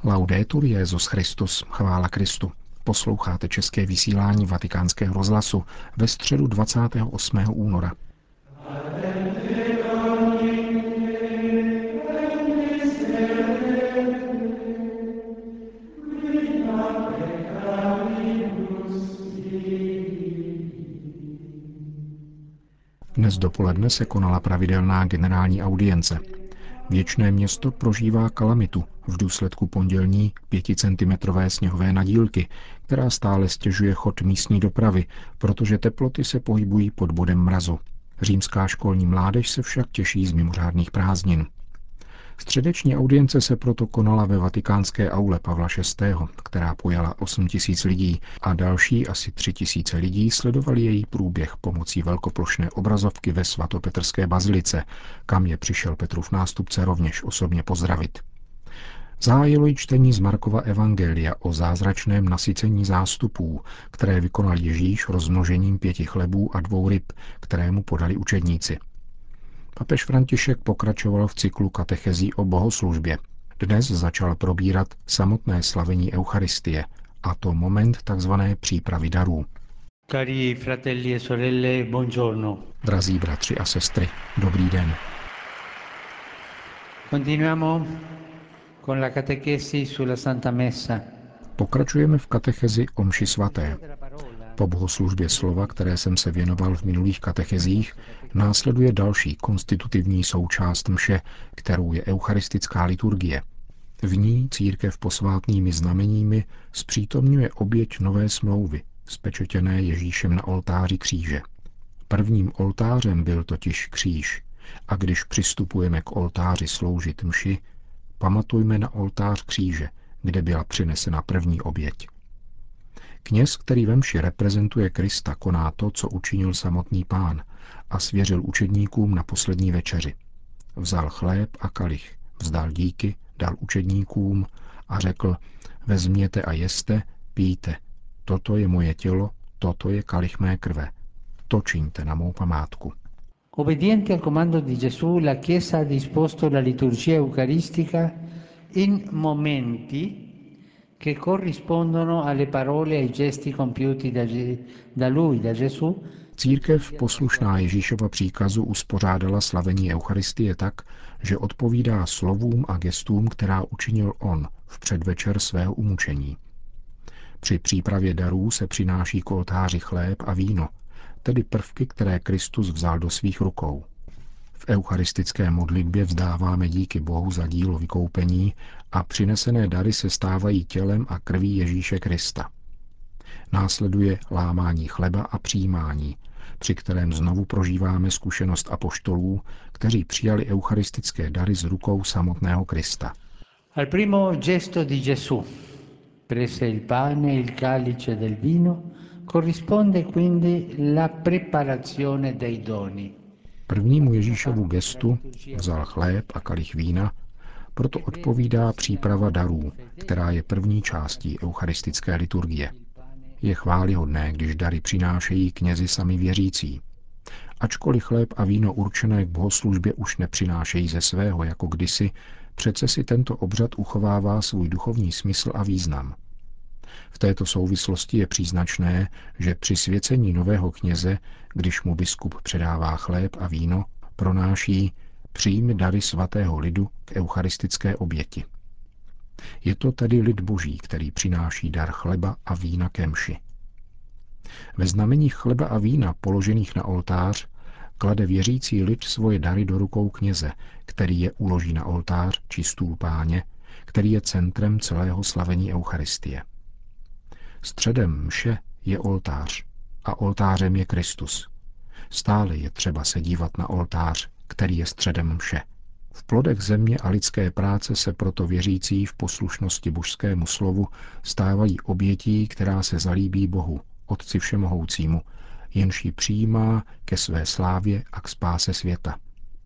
Laudetur Jesus Christus, chvála Kristu. Posloucháte české vysílání Vatikánského rozhlasu ve středu 28. února. Dnes dopoledne se konala pravidelná generální audience. Věčné město prožívá kalamitu v důsledku pondělní 5centimetrové sněhové nadílky, která stále stěžuje chod místní dopravy, protože teploty se pohybují pod bodem mrazu. Římská školní mládež se však těší z mimořádných prázdnin. Středeční audience se proto konala ve vatikánské aule Pavla VI., která pojala 8 000 lidí a další asi 3 000 lidí sledovali její průběh pomocí velkoplošné obrazovky ve svatopetrské bazilice, kam je přišel Petrův nástupce rovněž osobně pozdravit. Zahájilo ji čtení z Markova evangelia o zázračném nasycení zástupů, které vykonal Ježíš rozmnožením 5 chlebů a 2 ryb, které mu podali učedníci. Papež František pokračoval v cyklu katechezí o bohoslužbě. Dnes začal probírat samotné slavení Eucharistie, a to moment tzv. Přípravy darů. Cari fratelli e sorelle, buongiorno. Drazí bratři a sestry, dobrý den. Continuiamo con la catechesi sulla Santa Messa. Pokračujeme v katechezi o mši svaté. Po bohoslužbě slova, které jsem se věnoval v minulých katechezích, následuje další konstitutivní součást mše, kterou je eucharistická liturgie. V ní církev posvátnými znameními zpřítomňuje oběť nové smlouvy, spečetěné Ježíšem na oltáři kříže. Prvním oltářem byl totiž kříž, a když přistupujeme k oltáři sloužit mši, pamatujme na oltář kříže, kde byla přinesena první oběť. Kněz, který ve mši reprezentuje Krista, koná to, co učinil samotný Pán a svěřil učedníkům na poslední večeři. Vzal chléb a kalich, vzdal díky, dal učedníkům a řekl: vezměte a jeste, pijte. Toto je moje tělo, toto je kalich mé krve. To čiňte na mou památku. Obbediente al comando di Gesù, la Chiesa ha disposto la liturgia eucaristica in momenti che corrispondono alle parole e ai gesti compiuti da Lui, da Gesù. Církev, poslušná Ježíšova příkazu, uspořádala slavení Eucharistie tak, že odpovídá slovům a gestům, která učinil on v předvečer svého umučení. Při přípravě darů se přináší k oltáři chléb a víno, tedy prvky, které Kristus vzal do svých rukou. V eucharistické modlitbě vzdáváme díky Bohu za dílo vykoupení a přinesené dary se stávají tělem a krví Ježíše Krista. Následuje lámání chleba a přijímání, při kterém znovu prožíváme zkušenost apoštolů, kteří přijali eucharistické dary z rukou samotného Krista. Al primo gesto di Gesù, prese il pane e il calice del vino, corrisponde quindi la preparazione dei doni. Prvnímu Ježíšovu gestu vzal chléb a kalich vína, proto odpovídá příprava darů, která je první částí eucharistické liturgie. Je chvályhodné, když dary přinášejí knězi sami věřící. Ačkoliv chléb a víno určené k bohoslužbě už nepřinášejí ze svého jako kdysi, přece si tento obřad uchovává svůj duchovní smysl a význam. V této souvislosti je příznačné, že při svěcení nového kněze, když mu biskup předává chléb a víno, pronáší: přijmi dary svatého lidu k eucharistické oběti. Je to tedy lid Boží, který přináší dar chleba a vína ke mši. Ve znamení chleba a vína položených na oltář klade věřící lid svoje dary do rukou kněze, který je uloží na oltář či stůl Páně, který je centrem celého slavení Eucharistie. Středem mše je oltář a oltářem je Kristus. Stále je třeba se dívat na oltář, který je středem mše. V plodech země a lidské práce se proto věřící v poslušnosti božskému slovu stávají obětí, která se zalíbí Bohu, Otci všemohoucímu, jenž ji přijímá ke své slávě a k spáse světa.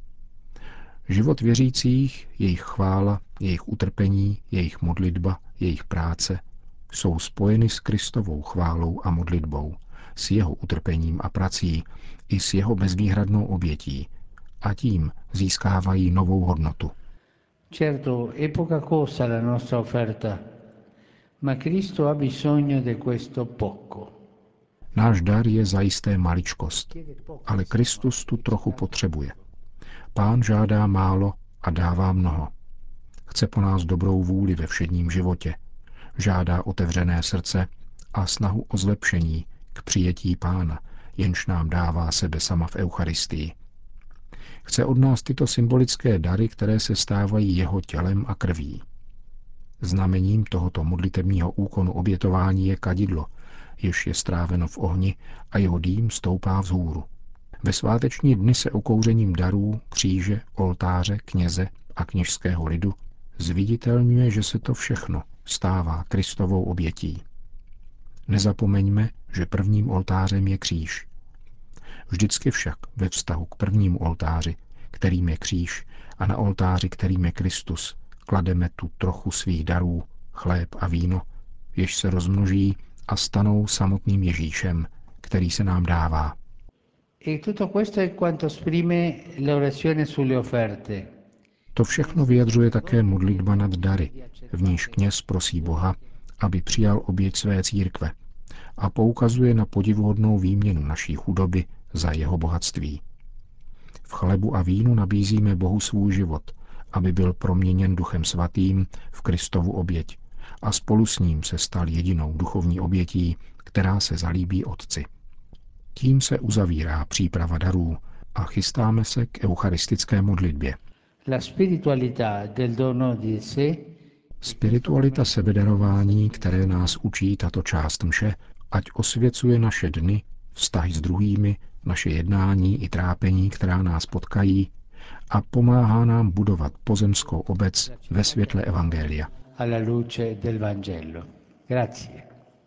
Život věřících, jejich chvála, jejich utrpení, jejich modlitba, jejich práce jsou spojeny s Kristovou chválou a modlitbou, s jeho utrpením a prací i s jeho bezvýhradnou obětí, a tím získávají novou hodnotu. Certo, è poca cosa la nostra offerta, ma Cristo ha bisogno di questo poco. Náš dar je zajisté maličkost, ale Kristus tu trochu potřebuje. Pán žádá málo a dává mnoho. Chce po nás dobrou vůli ve všedním životě. Žádá otevřené srdce a snahu o zlepšení k přijetí Pána, jenž nám dává sebe sama v Eucharistii. Chce od nás tyto symbolické dary, které se stávají jeho tělem a krví. Znamením tohoto modlitevního úkonu obětování je kadidlo, jež je stráveno v ohni a jeho dým stoupá vzhůru. Ve sváteční dny se okouřením darů, kříže, oltáře, kněze a kněžského lidu zviditelňuje, že se to všechno stává Kristovou obětí. Nezapomeňme, že prvním oltářem je kříž. Vždycky však ve vztahu k prvnímu oltáři, kterým je kříž, a na oltáři, kterým je Kristus, klademe tu trochu svých darů, chléb a víno, jež se rozmnoží a stanou samotným Ježíšem, který se nám dává. E tutto questo è quanto esprime l'orazione sulle offerte. To všechno vyjadřuje také modlitba nad dary, v níž kněz prosí Boha, aby přijal oběť své církve, a poukazuje na podivuhodnou výměnu naší chudoby za jeho bohatství. V chlebu a vínu nabízíme Bohu svůj život, aby byl proměněn Duchem Svatým v Kristovu oběť a spolu s ním se stal jedinou duchovní obětí, která se zalíbí Otci. Tím se uzavírá příprava darů a chystáme se k eucharistické modlitbě. La spiritualità del dono di sé. Spiritualita sebedarování, které nás učí tato část mše, ať osvěcuje naše dny, vztahy s druhými, naše jednání i trápení, která nás potkají, a pomáhá nám budovat pozemskou obec ve světle Evangelia. Alla luce del Vangelo. Grazie.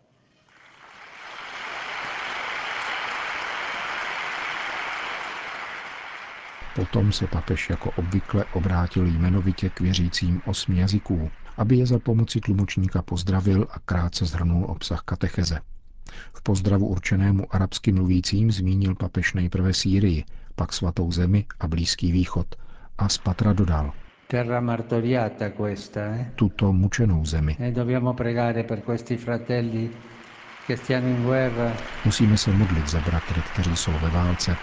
Potom se papež jako obvykle obrátil jmenovitě k věřícím 8 jazyků, aby je za pomoci tlumočníka pozdravil a krátce shrnul obsah katecheze. V pozdravu určenému arabsky mluvícím zmínil papež nejprve Sýrii, pak Svatou zemi a Blízký východ a spatra dodal: Terra martoriata questa, tuto mučenou zemi. Dobbiamo pregare per questi fratelli che stiano in guerra. Musíme se modlit za bratry, kteří jsou ve válce.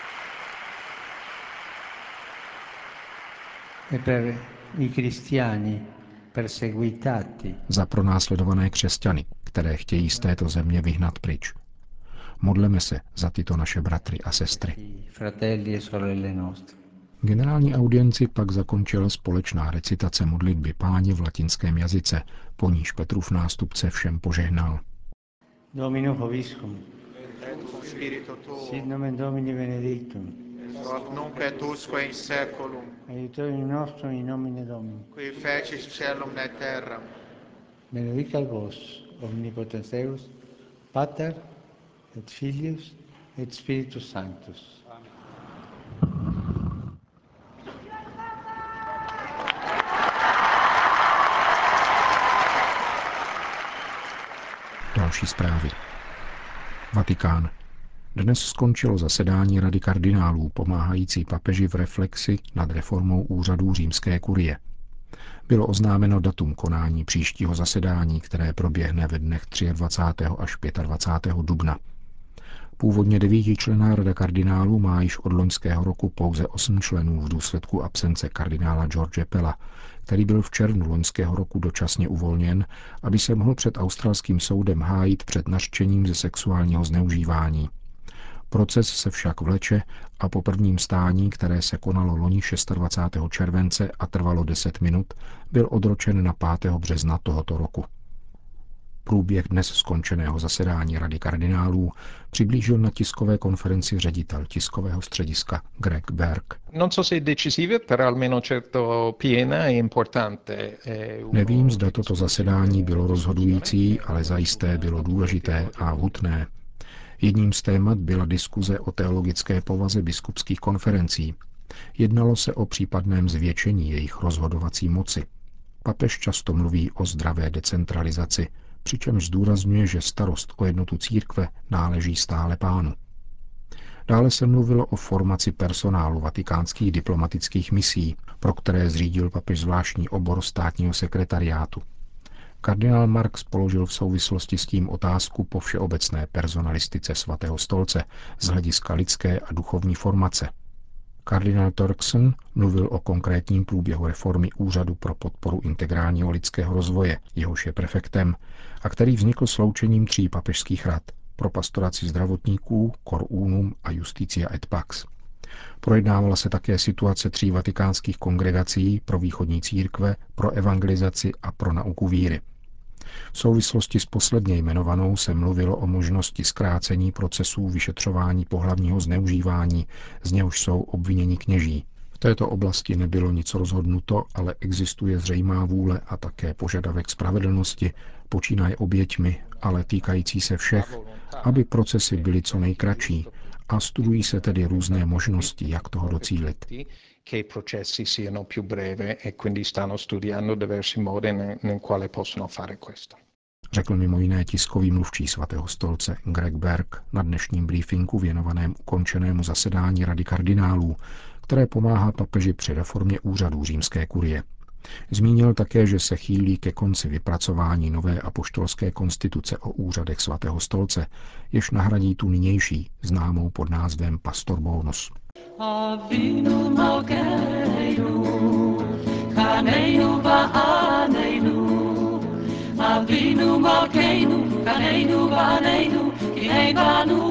E per i cristiani perseguitati. Za pronásledované křesťany, které chtějí z této země vyhnat pryč. Modleme se za tyto naše bratry a sestry. Fratelli e sorelle nostre. Generální audienci pak zakončila společná recitace modlitby Páně v latinském jazyce, po níž Petrův nástupce všem požehnal. Domino Hoviscum. Et cum spiritu tuo. Sit nomen Domini benedictum. Hoc nunc et usque in saeculum. Aiutorium nostrum in nomine Domini. Qui fecit caelum et terram. Benedicat vos, omnipotens Deus, Pater et Filius et Spiritus Sanctus. Další zprávy. Vatikán. Dnes skončilo zasedání Rady kardinálů pomáhající papeži v reflexi nad reformou úřadů římské kurie. Bylo oznámeno datum konání příštího zasedání, které proběhne ve dnech 23. až 25. dubna. Původně 9členná Rada kardinálů má již od loňského roku pouze 8 členů v důsledku absence kardinála George Pella, který byl v červnu loňského roku dočasně uvolněn, aby se mohl před australským soudem hájit před nařčením ze sexuálního zneužívání. Proces se však vleče a po prvním stání, které se konalo loni 26. července a trvalo 10 minut, byl odročen na 5. března tohoto roku. Průběh dnes skončeného zasedání Rady kardinálů přiblížil na tiskové konferenci ředitel tiskového střediska Greg Berg. Nevím, zda toto zasedání bylo rozhodující, ale zajisté bylo důležité a hutné. Jedním z témat byla diskuze o teologické povaze biskupských konferencí. Jednalo se o případném zvětšení jejich rozhodovací moci. Papež často mluví o zdravé decentralizaci, přičemž zdůrazňuje, že starost o jednotu církve náleží stále Pánu. Dále se mluvilo o formaci personálu vatikánských diplomatických misí, pro které zřídil papež zvláštní obor státního sekretariátu. Kardinál Marx položil v souvislosti s tím otázku po všeobecné personalistice svatého stolce z hlediska lidské a duchovní formace. Kardinál Turkson mluvil o konkrétním průběhu reformy Úřadu pro podporu integrálního lidského rozvoje, jehož je prefektem, a který vznikl sloučením 3 papežských rad pro pastoraci zdravotníků, Cor Unum a Justitia et Pax. Projednávala se také situace 3 vatikánských kongregací pro východní církve, pro evangelizaci a pro nauku víry. V souvislosti s posledně jmenovanou se mluvilo o možnosti zkrácení procesů vyšetřování pohlavního zneužívání, z něhož jsou obviněni kněží. V této oblasti nebylo nic rozhodnuto, ale existuje zřejmá vůle a také požadavek spravedlnosti, počínaje oběťmi, ale týkající se všech, aby procesy byly co nejkratší, a studují se tedy různé možnosti, jak toho docílit. Che i processi siano più breve e quindi stanno studiando diversi modi nel quale possono fare questo. Řekl mimo jiné tiskový mluvčí svatého stolce Greg Berg na dnešním briefingu věnovaném ukončenému zasedání Rady kardinálů, které pomáhá papeži při reformě úřadů římské kurie. Zmínil také, že se chýlí ke konci vypracování nové apoštolské konstituce o úřadech svatého stolce, jež nahradí tu nynější, známou pod názvem Pastor Bonus. Avinu Malkeinu, Chaneinu Va'aneinu, Avinu Malkeinu, Chaneinu Va'aneinu, Kinei Banu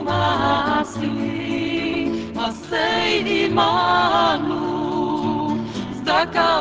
Ma'asi, Asei Imanu, Zdaka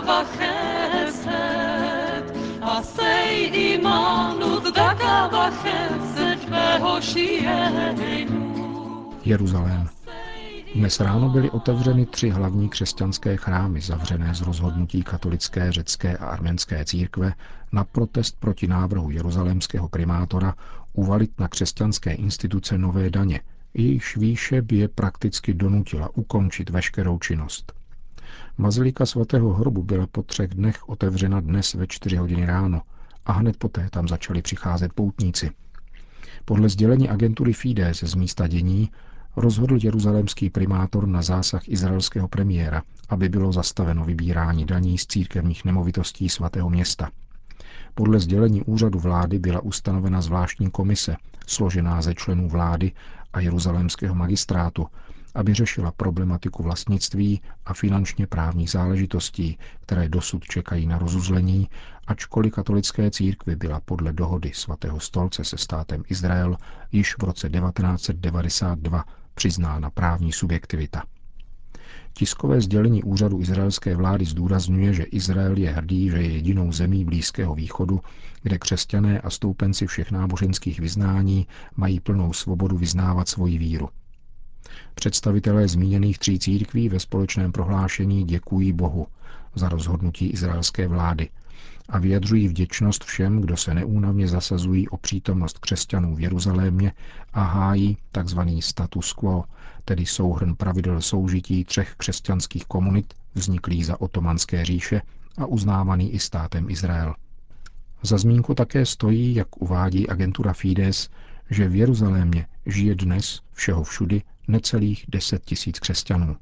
V'Chesed, Asei Imanu, Zdaka V'Chesed, Ve'Hoshienu. Jeruzalém. Dnes ráno byly otevřeny 3 hlavní křesťanské chrámy, zavřené z rozhodnutí katolické, řecké a arménské církve na protest proti návrhu jeruzalémského primátora uvalit na křesťanské instituce nové daně, jejichž výše by je prakticky donutila ukončit veškerou činnost. Bazilika svatého hrobu byla po 3 dnech otevřena dnes ve 4 hodiny ráno a hned poté tam začali přicházet poutníci. Podle sdělení agentury Fides z místa dění rozhodl jeruzalémský primátor na zásah izraelského premiéra, aby bylo zastaveno vybírání daní z církevních nemovitostí svatého města. Podle sdělení úřadu vlády byla ustanovena zvláštní komise, složená ze členů vlády a jeruzalémského magistrátu, aby řešila problematiku vlastnictví a finančně právních záležitostí, které dosud čekají na rozuzlení, ačkoliv katolické církvi byla podle dohody svatého stolce se státem Izrael již v roce 1992 přiznána právní subjektivita. Tiskové sdělení úřadu izraelské vlády zdůrazňuje, že Izrael je hrdý, že je jedinou zemí Blízkého východu, kde křesťané a stoupenci všech náboženských vyznání mají plnou svobodu vyznávat svoji víru. Představitelé zmíněných 3 církví ve společném prohlášení děkují Bohu za rozhodnutí izraelské vlády a vyjadřují vděčnost všem, kdo se neúnavně zasazují o přítomnost křesťanů v Jeruzalémě a hájí tzv. Status quo, tedy souhrn pravidel soužití 3 křesťanských komunit vzniklých za Otomanské říše a uznávaný i státem Izrael. Za zmínku také stojí, jak uvádí agentura Fides, že v Jeruzalémě žije dnes všeho všudy necelých 10 000 křesťanů.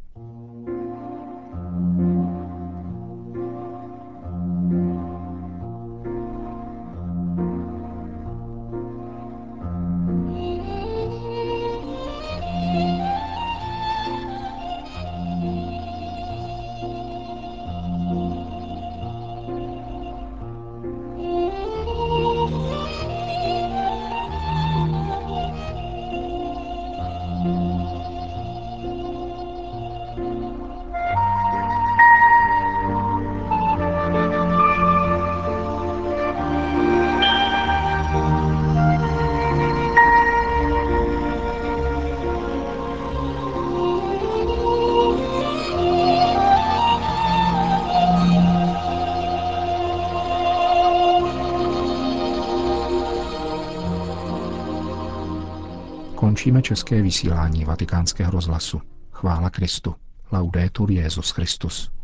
Končíme české vysílání Vatikánského rozhlasu. Chvála Kristu. Laudetur Jesus Christus.